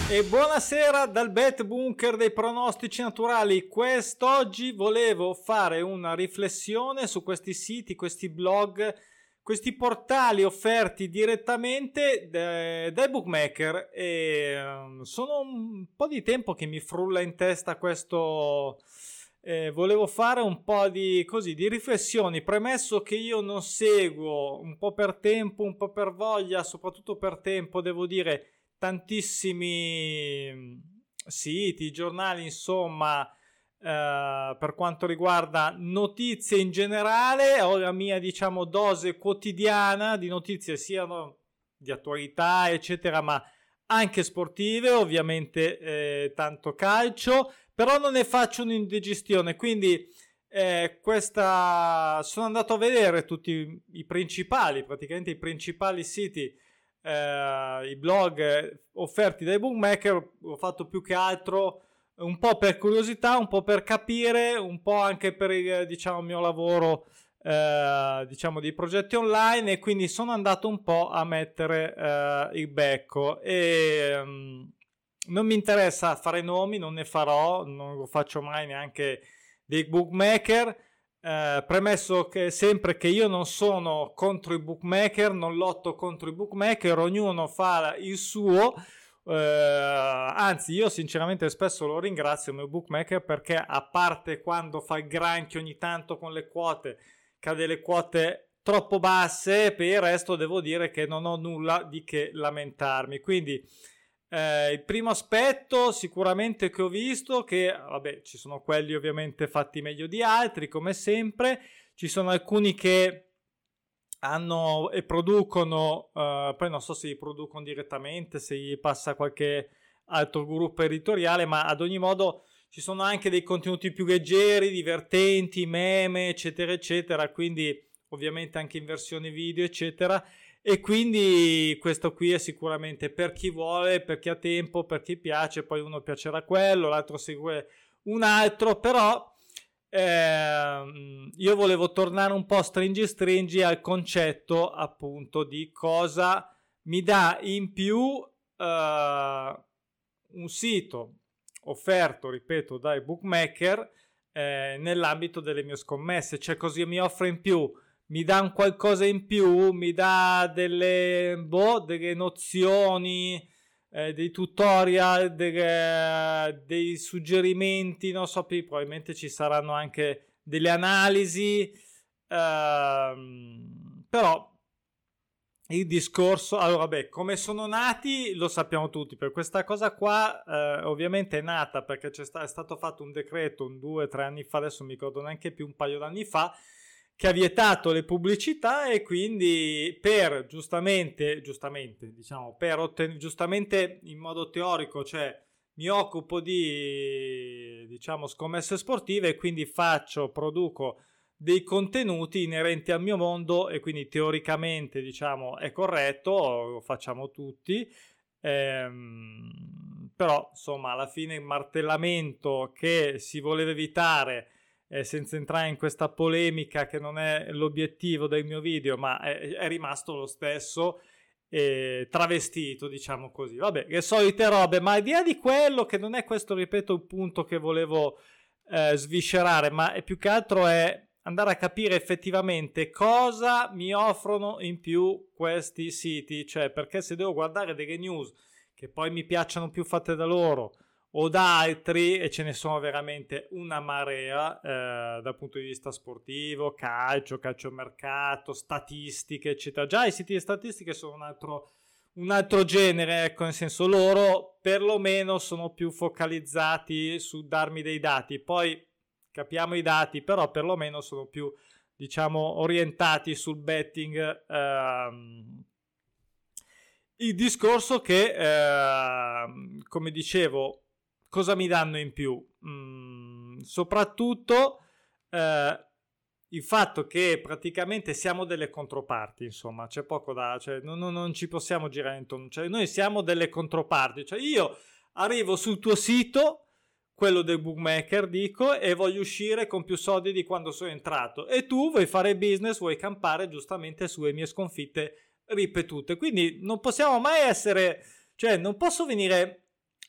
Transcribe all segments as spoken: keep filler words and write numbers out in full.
E buonasera dal Bet Bunker dei pronostici naturali. Quest'oggi volevo fare una riflessione su questi siti, questi blog, questi portali offerti direttamente dai bookmaker. E um, sono un po' di tempo che mi frulla in testa questo. Eh, volevo fare un po' di così di riflessioni, premesso che io non seguo, un po' per tempo, un po' per voglia, soprattutto per tempo, devo dire, tantissimi siti, giornali, insomma, eh, per quanto riguarda notizie in generale. Ho la mia, diciamo, dose quotidiana di notizie, siano di attualità, eccetera, ma anche sportive, ovviamente, eh, tanto calcio, però non ne faccio un'indigestione, quindi eh, questa sono andato a vedere tutti i principali, praticamente i principali siti, Uh, i blog offerti dai bookmaker. Ho fatto più che altro un po' per curiosità, un po' per capire, un po' anche per il, diciamo, mio lavoro, uh, diciamo, di progetti online, e quindi sono andato un po' a mettere uh, il becco. E um, non mi interessa fare nomi, non ne farò, non lo faccio mai neanche dei bookmaker. Eh, premesso che sempre che io non sono contro i bookmaker, non lotto contro i bookmaker, ognuno fa il suo, eh, anzi io sinceramente spesso lo ringrazio il mio bookmaker, perché a parte quando fa il granchio ogni tanto con le quote, che ha delle quote troppo basse, per il resto devo dire che non ho nulla di che lamentarmi. Quindi Eh, il primo aspetto sicuramente che ho visto, che vabbè, ci sono quelli ovviamente fatti meglio di altri, come sempre, ci sono alcuni che hanno e producono, eh, poi non so se li producono direttamente, se gli passa qualche altro gruppo editoriale, ma ad ogni modo ci sono anche dei contenuti più leggeri, divertenti, meme, eccetera eccetera, quindi ovviamente anche in versione video, eccetera. E quindi questo qui è sicuramente per chi vuole, per chi ha tempo, per chi piace. Poi uno piacerà quello, l'altro segue un altro, però ehm, io volevo tornare un po' stringi stringi al concetto, appunto, di cosa mi dà in più eh, un sito offerto, ripeto, dai bookmaker eh, nell'ambito delle mie scommesse. Cioè, così mi offre in più, mi dà un qualcosa in più, mi dà delle, boh, delle nozioni, eh, dei tutorial, delle, dei suggerimenti, non so, più probabilmente ci saranno anche delle analisi, ehm, però il discorso, allora beh, come sono nati lo sappiamo tutti. Per questa cosa qua eh, ovviamente è nata perché c'è sta- è stato fatto un decreto un due, tre anni fa, adesso mi ricordo neanche più, un paio d'anni fa, che ha vietato le pubblicità, e quindi per giustamente, giustamente, diciamo, per ottenere, giustamente in modo teorico, cioè mi occupo di, diciamo, scommesse sportive, e quindi faccio, produco dei contenuti inerenti al mio mondo, e quindi teoricamente, diciamo, è corretto, lo facciamo tutti, ehm, però insomma alla fine il martellamento che si voleva evitare, Eh, senza entrare in questa polemica che non è l'obiettivo del mio video, ma è, è rimasto lo stesso, eh, travestito, diciamo così. Vabbè, le solite robe, ma al di là di quello, che non è questo, ripeto, il punto che volevo eh, sviscerare, ma è più che altro è andare a capire effettivamente cosa mi offrono in più questi siti. Cioè, perché se devo guardare delle news che poi mi piacciono più fatte da loro o da altri, e ce ne sono veramente una marea eh, dal punto di vista sportivo, calcio, calciomercato, statistiche, eccetera. Già i siti di statistiche sono un altro, un altro genere, ecco, nel senso, loro perlomeno sono più focalizzati su darmi dei dati, poi capiamo i dati, però perlomeno sono più, diciamo, orientati sul betting. ehm, il discorso che, eh, come dicevo, cosa mi danno in più? Mm, soprattutto eh, il fatto che praticamente siamo delle controparti, insomma, c'è poco da, cioè non, non, non ci possiamo girare intorno, cioè noi siamo delle controparti, cioè io arrivo sul tuo sito, quello del bookmaker, dico, e voglio uscire con più soldi di quando sono entrato, e tu vuoi fare business, vuoi campare giustamente sulle mie sconfitte ripetute. Quindi non possiamo mai essere, cioè non posso venire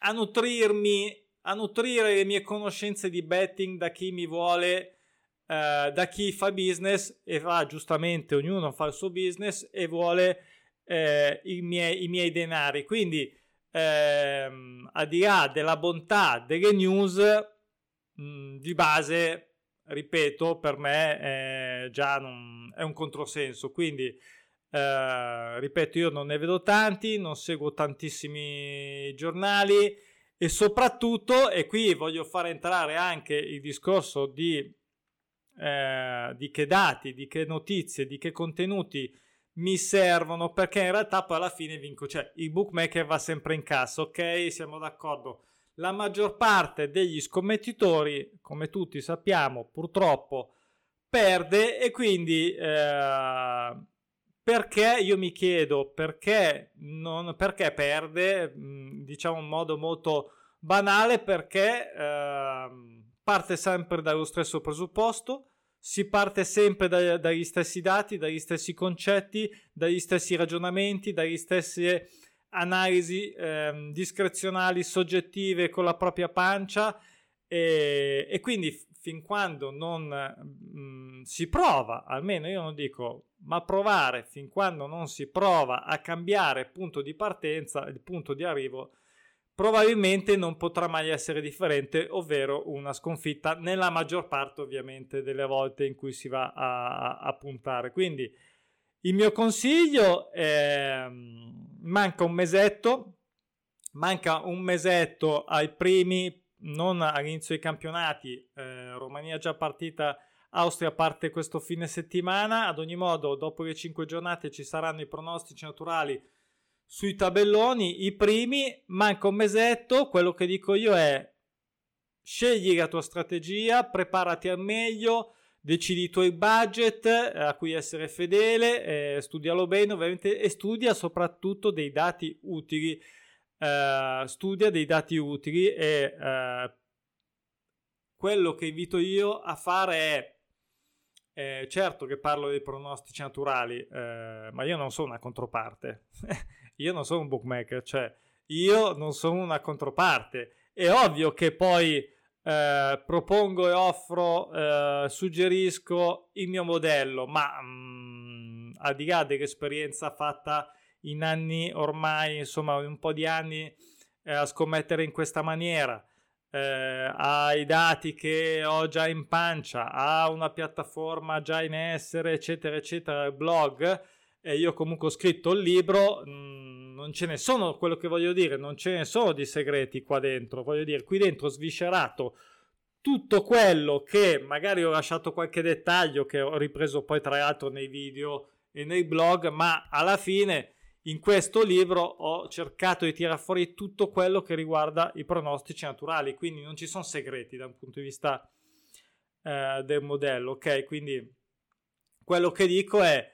a nutrirmi, a nutrire le mie conoscenze di betting da chi mi vuole, eh, da chi fa business e fa, giustamente ognuno fa il suo business e vuole eh, i, miei, i miei denari. Quindi ehm, al di là della bontà delle news, mh, di base, ripeto, per me eh, già non, è un controsenso. Quindi eh, ripeto, io non ne vedo tanti, non seguo tantissimi giornali e soprattutto, e qui voglio fare entrare anche il discorso di, eh, di che dati, di che notizie, di che contenuti mi servono, perché in realtà poi alla fine vinco, cioè il bookmaker va sempre in cassa, ok? Siamo d'accordo. La maggior parte degli scommettitori, come tutti sappiamo, purtroppo perde, e quindi eh, perché, io mi chiedo perché, non, perché perde, diciamo in modo molto banale, perché eh, parte sempre dallo stesso presupposto, si parte sempre da, dagli stessi dati, dagli stessi concetti, dagli stessi ragionamenti, dagli stesse analisi eh, discrezionali, soggettive con la propria pancia, e, e quindi fin quando non mh, si prova, almeno io non dico ma provare, fin quando non si prova a cambiare punto di partenza, il punto di arrivo probabilmente non potrà mai essere differente, ovvero una sconfitta nella maggior parte ovviamente delle volte in cui si va a, a puntare. Quindi il mio consiglio è, manca un mesetto, manca un mesetto ai primi, non all'inizio dei campionati, eh, Romania già partita, Austria parte questo fine settimana. Ad ogni modo, dopo le cinque giornate ci saranno i pronostici naturali sui tabelloni, i primi, manca un mesetto. Quello che dico io è: scegli la tua strategia, preparati al meglio, decidi i tuoi budget a cui essere fedele, eh, studialo bene ovviamente, e studia soprattutto dei dati utili. Uh, studia dei dati utili e uh, quello che invito io a fare è, eh, certo che parlo dei pronostici naturali, eh, ma io non sono una controparte. Io non sono un bookmaker, cioè io non sono una controparte. È ovvio che poi eh, propongo e offro, eh, suggerisco il mio modello, ma mh, al di là dell'esperienza fatta in anni ormai, insomma un po' di anni eh, a scommettere in questa maniera, eh, ai dati che ho già in pancia, a una piattaforma già in essere, eccetera eccetera, blog, e io comunque ho scritto il libro, mh, non ce ne sono, quello che voglio dire, non ce ne sono di segreti qua dentro, voglio dire, qui dentro ho sviscerato tutto quello che magari ho lasciato qualche dettaglio che ho ripreso poi tra l'altro nei video e nei blog, ma alla fine in questo libro ho cercato di tirare fuori tutto quello che riguarda i pronostici naturali, quindi non ci sono segreti da un punto di vista eh, del modello, ok? Quindi quello che dico è: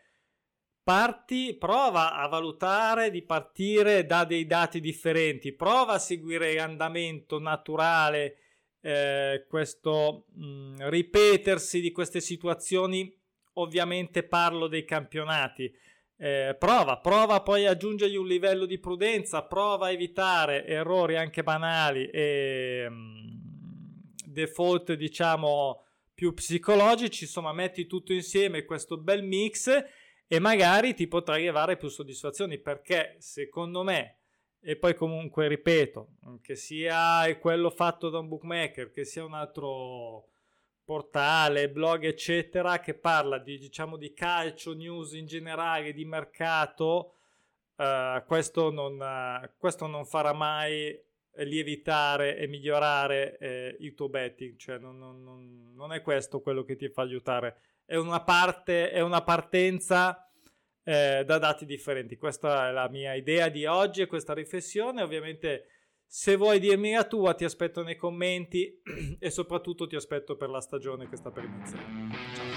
parti, prova a valutare di partire da dei dati differenti, prova a seguire l'andamento naturale, eh, questo mh, ripetersi di queste situazioni. Ovviamente parlo dei campionati. Eh, prova, prova poi a aggiungergli un livello di prudenza, prova a evitare errori anche banali e mh, default, diciamo, più psicologici. Insomma, metti tutto insieme questo bel mix e magari ti potrai levare più soddisfazioni, perché secondo me, e poi comunque ripeto, che sia quello fatto da un bookmaker, che sia un altro portale, blog eccetera, che parla di, diciamo, di calcio, news in generale, di mercato, uh, questo, non, uh, questo non farà mai lievitare e migliorare eh, il tuo betting, cioè non, non, non è questo quello che ti fa aiutare, è una parte, è una partenza eh, da dati differenti. Questa è la mia idea di oggi e questa riflessione. Ovviamente, se vuoi dirmi la tua, ti aspetto nei commenti e soprattutto ti aspetto per la stagione che sta per iniziare. Ciao.